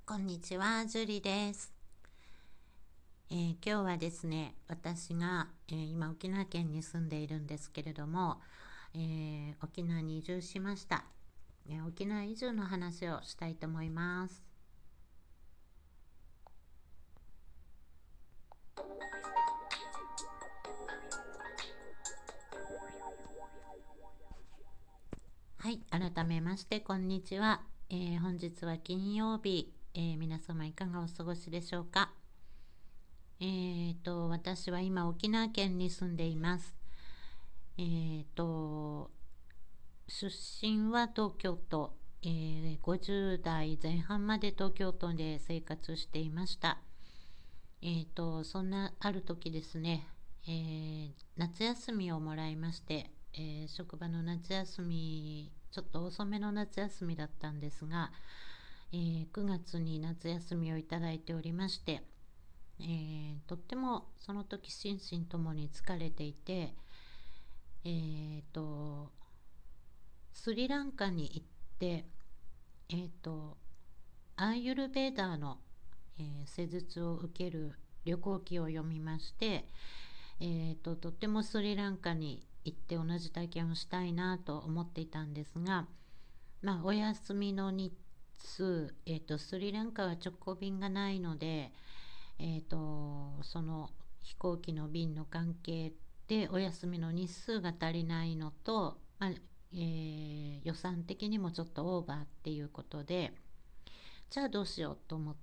こんにちは、ジュリです。今日はですね、私が、今沖縄県に住んでいるんですけれども、沖縄に移住しました。沖縄移住の話をしたいと思います。はい、改めましてこんにちは。本日は金曜日、皆様いかがお過ごしでしょうか。私は今沖縄県に住んでいます。えーと、出身は東京都、50代前半まで東京都で生活していました。そんなある時ですね、夏休みをもらいまして、職場の夏休み、ちょっと遅めの夏休みだったんですが、9月に夏休みをいただいておりまして、とってもその時心身ともに疲れていて、えーと、スリランカに行って、えーと、アーユルベーダーの、施術を受ける旅行記を読みまして、とってもスリランカに行って同じ体験をしたいなと思っていたんですが、お休みの日数、スリランカは直行便がないので、その飛行機の便の関係でお休みの日数が足りないのと、予算的にもちょっとオーバーっていうことで、じゃあどうしようと思って、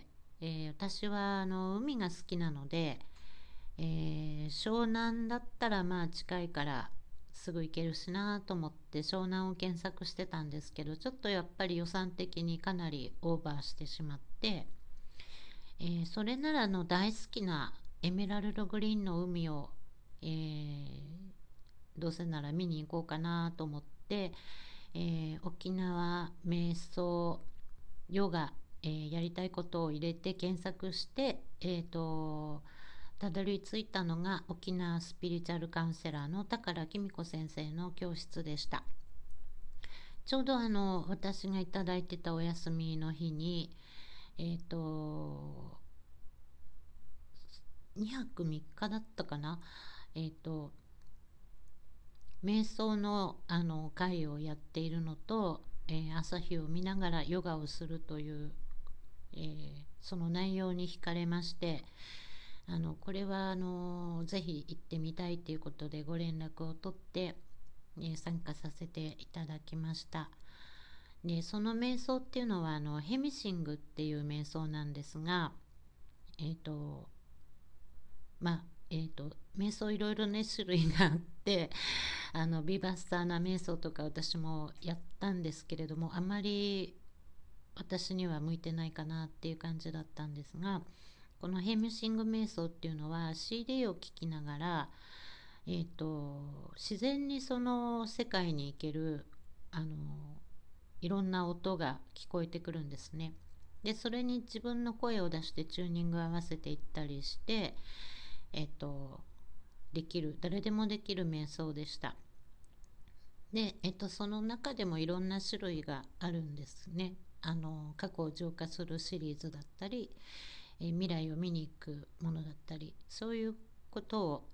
私は海が好きなので、湘南だったら近いからすぐ行けるしなと思って湘南を検索してたんですけど、ちょっとやっぱり予算的にかなりオーバーしてしまって、それなら大好きなエメラルドグリーンの海を、えーどうせなら見に行こうかなと思って、沖縄瞑想ヨガ、やりたいことを入れて検索して、たどり着いたのが沖縄スピリチュアルカウンセラーの宝公子先生の教室でした。ちょうど私がいただいてたお休みの日に、2泊3日だったかな、えっ、と瞑想の会をやっているのと、朝日を見ながらヨガをするという、その内容に惹かれまして、これはぜひ行ってみたいということでご連絡を取って、参加させていただきました。でその瞑想っていうのはヘミシングっていう瞑想なんですが、えっ、とまあ瞑想いろいろね種類があって、ビバッサーナ瞑想とか私もやったんですけれども、あまり私には向いてないかなっていう感じだったんですが、このヘムシング瞑想っていうのは CD を聴きながら、自然にその世界に行けるあのいろんな音が聞こえてくるんですね。でそれに自分の声を出してチューニングを合わせていったりして、えっと、できる誰でもできる瞑想でした。で、その中でもいろんな種類があるんですね。過去を浄化するシリーズだったり、未来を見に行くものだったり、そういうことを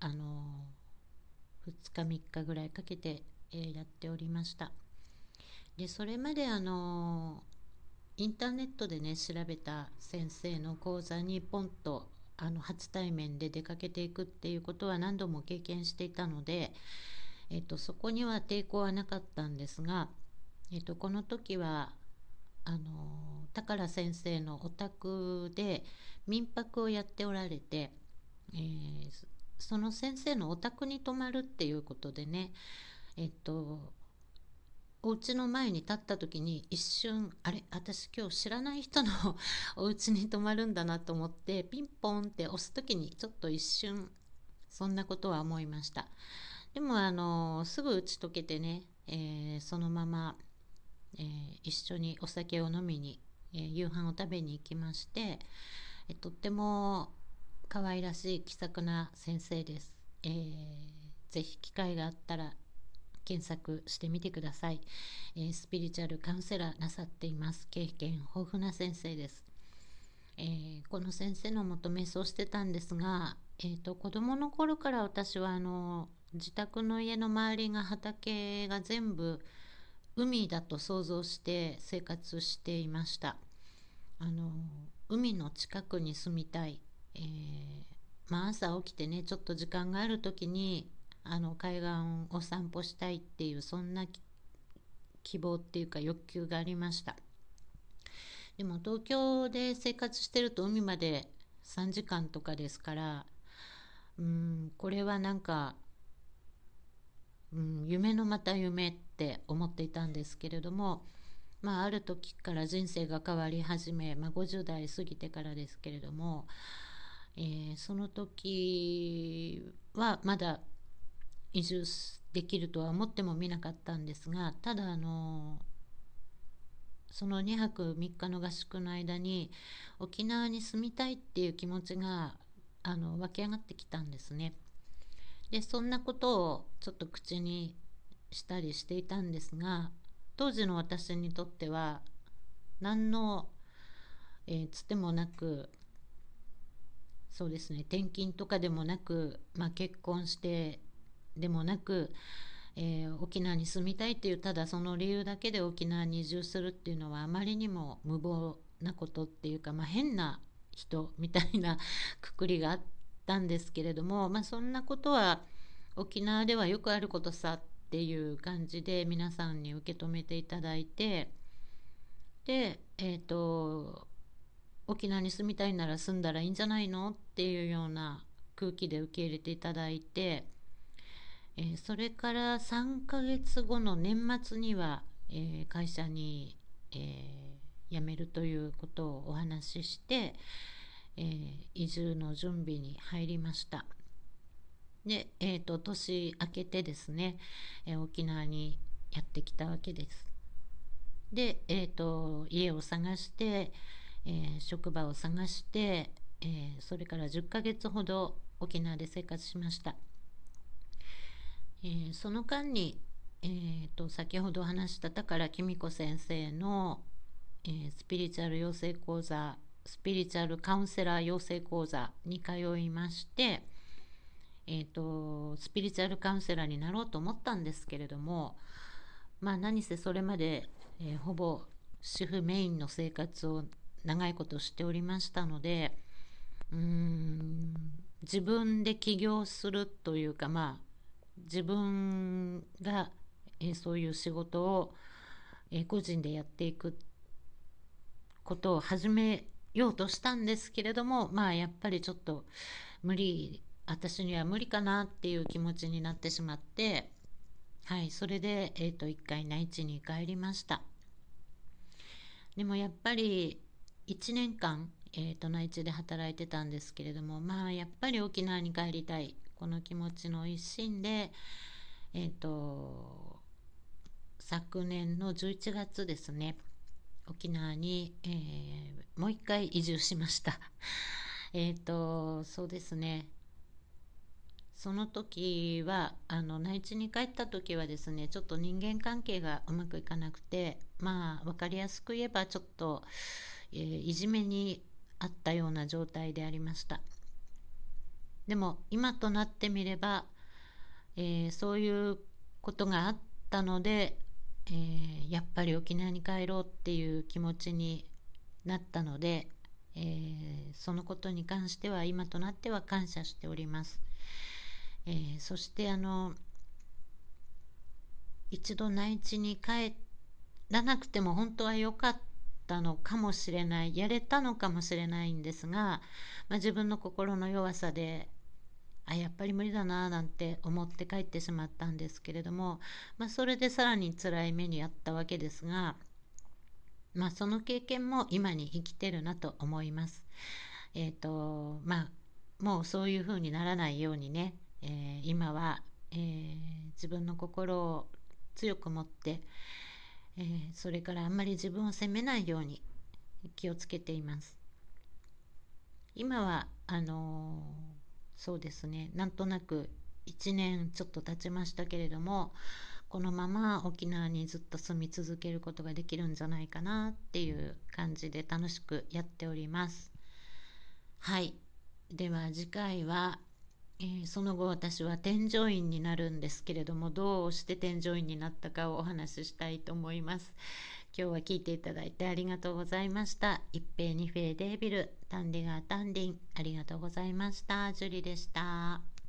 2日3日ぐらいかけて、やっておりました。でそれまでインターネットでね調べた先生の講座にポンと初対面で出かけていくっていうことは何度も経験していたので、そこには抵抗はなかったんですが、この時は宝先生のお宅で民泊をやっておられて、えーその先生のお宅に泊まるっていうことでね、お家の前に立った時に一瞬、あれ私今日知らない人のお家に泊まるんだなと思ってピンポンって押す時にちょっと一瞬そんなことは思いました。でもすぐ打ち解けてね、そのまま、一緒にお酒を飲みに、夕飯を食べに行きまして、とっても可愛らしい気さくな先生です。ぜひ機会があったら検索してみてください。スピリチュアルカウンセラーなさっています。経験豊富な先生です。 この先生のもと瞑想してたんですが、子供の頃から私は自宅の家の周りが畑が全部海だと想像して生活していました。あの海の近くに住みたい、朝起きてねちょっと時間がある時に海岸を散歩したいっていうそんな希望っていうか欲求がありました。でも東京で生活してると海まで3時間とかですから、これはなんか、夢のまた夢って思っていたんですけれども、ある時から人生が変わり始め、50代過ぎてからですけれども、その時はまだ移住できるとは思ってもみなかったんですが、ただその2泊3日の合宿の間に沖縄に住みたいっていう気持ちが湧き上がってきたんですね。でそんなことをちょっと口にしたりしていたんですが、当時の私にとっては何の、つてもなく、そうですね、転勤とかでもなく、結婚してでもなく、沖縄に住みたいっていうただその理由だけで沖縄に移住するっていうのはあまりにも無謀なことっていうか、変な人みたいなくくりがあったんですけれども、そんなことは沖縄ではよくあることさっていう感じで皆さんに受け止めていただいて、で、沖縄に住みたいなら住んだらいいんじゃないのっていうような空気で受け入れていただいて、それから3ヶ月後の年末には、会社に、辞めるということをお話しして、移住の準備に入りました。で、年明けてですね、沖縄にやってきたわけです。で、家を探して、職場を探して、それから10ヶ月ほど沖縄で生活しました。その間に、先ほど話した高公子先生の、スピリチュアル養成講座、スピリチュアルカウンセラー養成講座に通いまして、スピリチュアルカウンセラーになろうと思ったんですけれども、何せそれまで、ほぼ主婦メインの生活を長いことしておりましたので、自分で起業するというか、自分が、そういう仕事を、個人でやっていくことを始めようとしたんですけれども、やっぱりちょっと私には無理かなっていう気持ちになってしまって、はい、それで、一回内地に帰りました。でもやっぱり1年間、内地で働いてたんですけれども、やっぱり沖縄に帰りたいこの気持ちの一心で、昨年の11月ですね、沖縄に、もう一回移住しました。そうですね、その時は内地に帰った時はですね、ちょっと人間関係がうまくいかなくて、分かりやすく言えばちょっと、いじめにあったような状態でありました。でも今となってみれば、そういうことがあったので、やっぱり沖縄に帰ろうっていう気持ちになったので、そのことに関しては今となっては感謝しております。そして一度内地に帰らなくても本当は良かったのかもしれない、やれたのかもしれないんですが、自分の心の弱さでやっぱり無理だななんて思って帰ってしまったんですけれども、それでさらに辛い目にあったわけですが、その経験も今に生きてるなと思います。もうそういう風にならないようにね、今は、自分の心を強く持って、それからあんまり自分を責めないように気をつけています。今はそうですね、なんとなく1年ちょっと経ちましたけれども、このまま沖縄にずっと住み続けることができるんじゃないかなっていう感じで楽しくやっております。 はい。では次回は、その後私は添乗員になるんですけれども、どうして添乗員になったかをお話ししたいと思います。今日は聞いていただいてありがとうございました。一平二平デービル、タンディガータンディン、ありがとうございました。ジュリでした。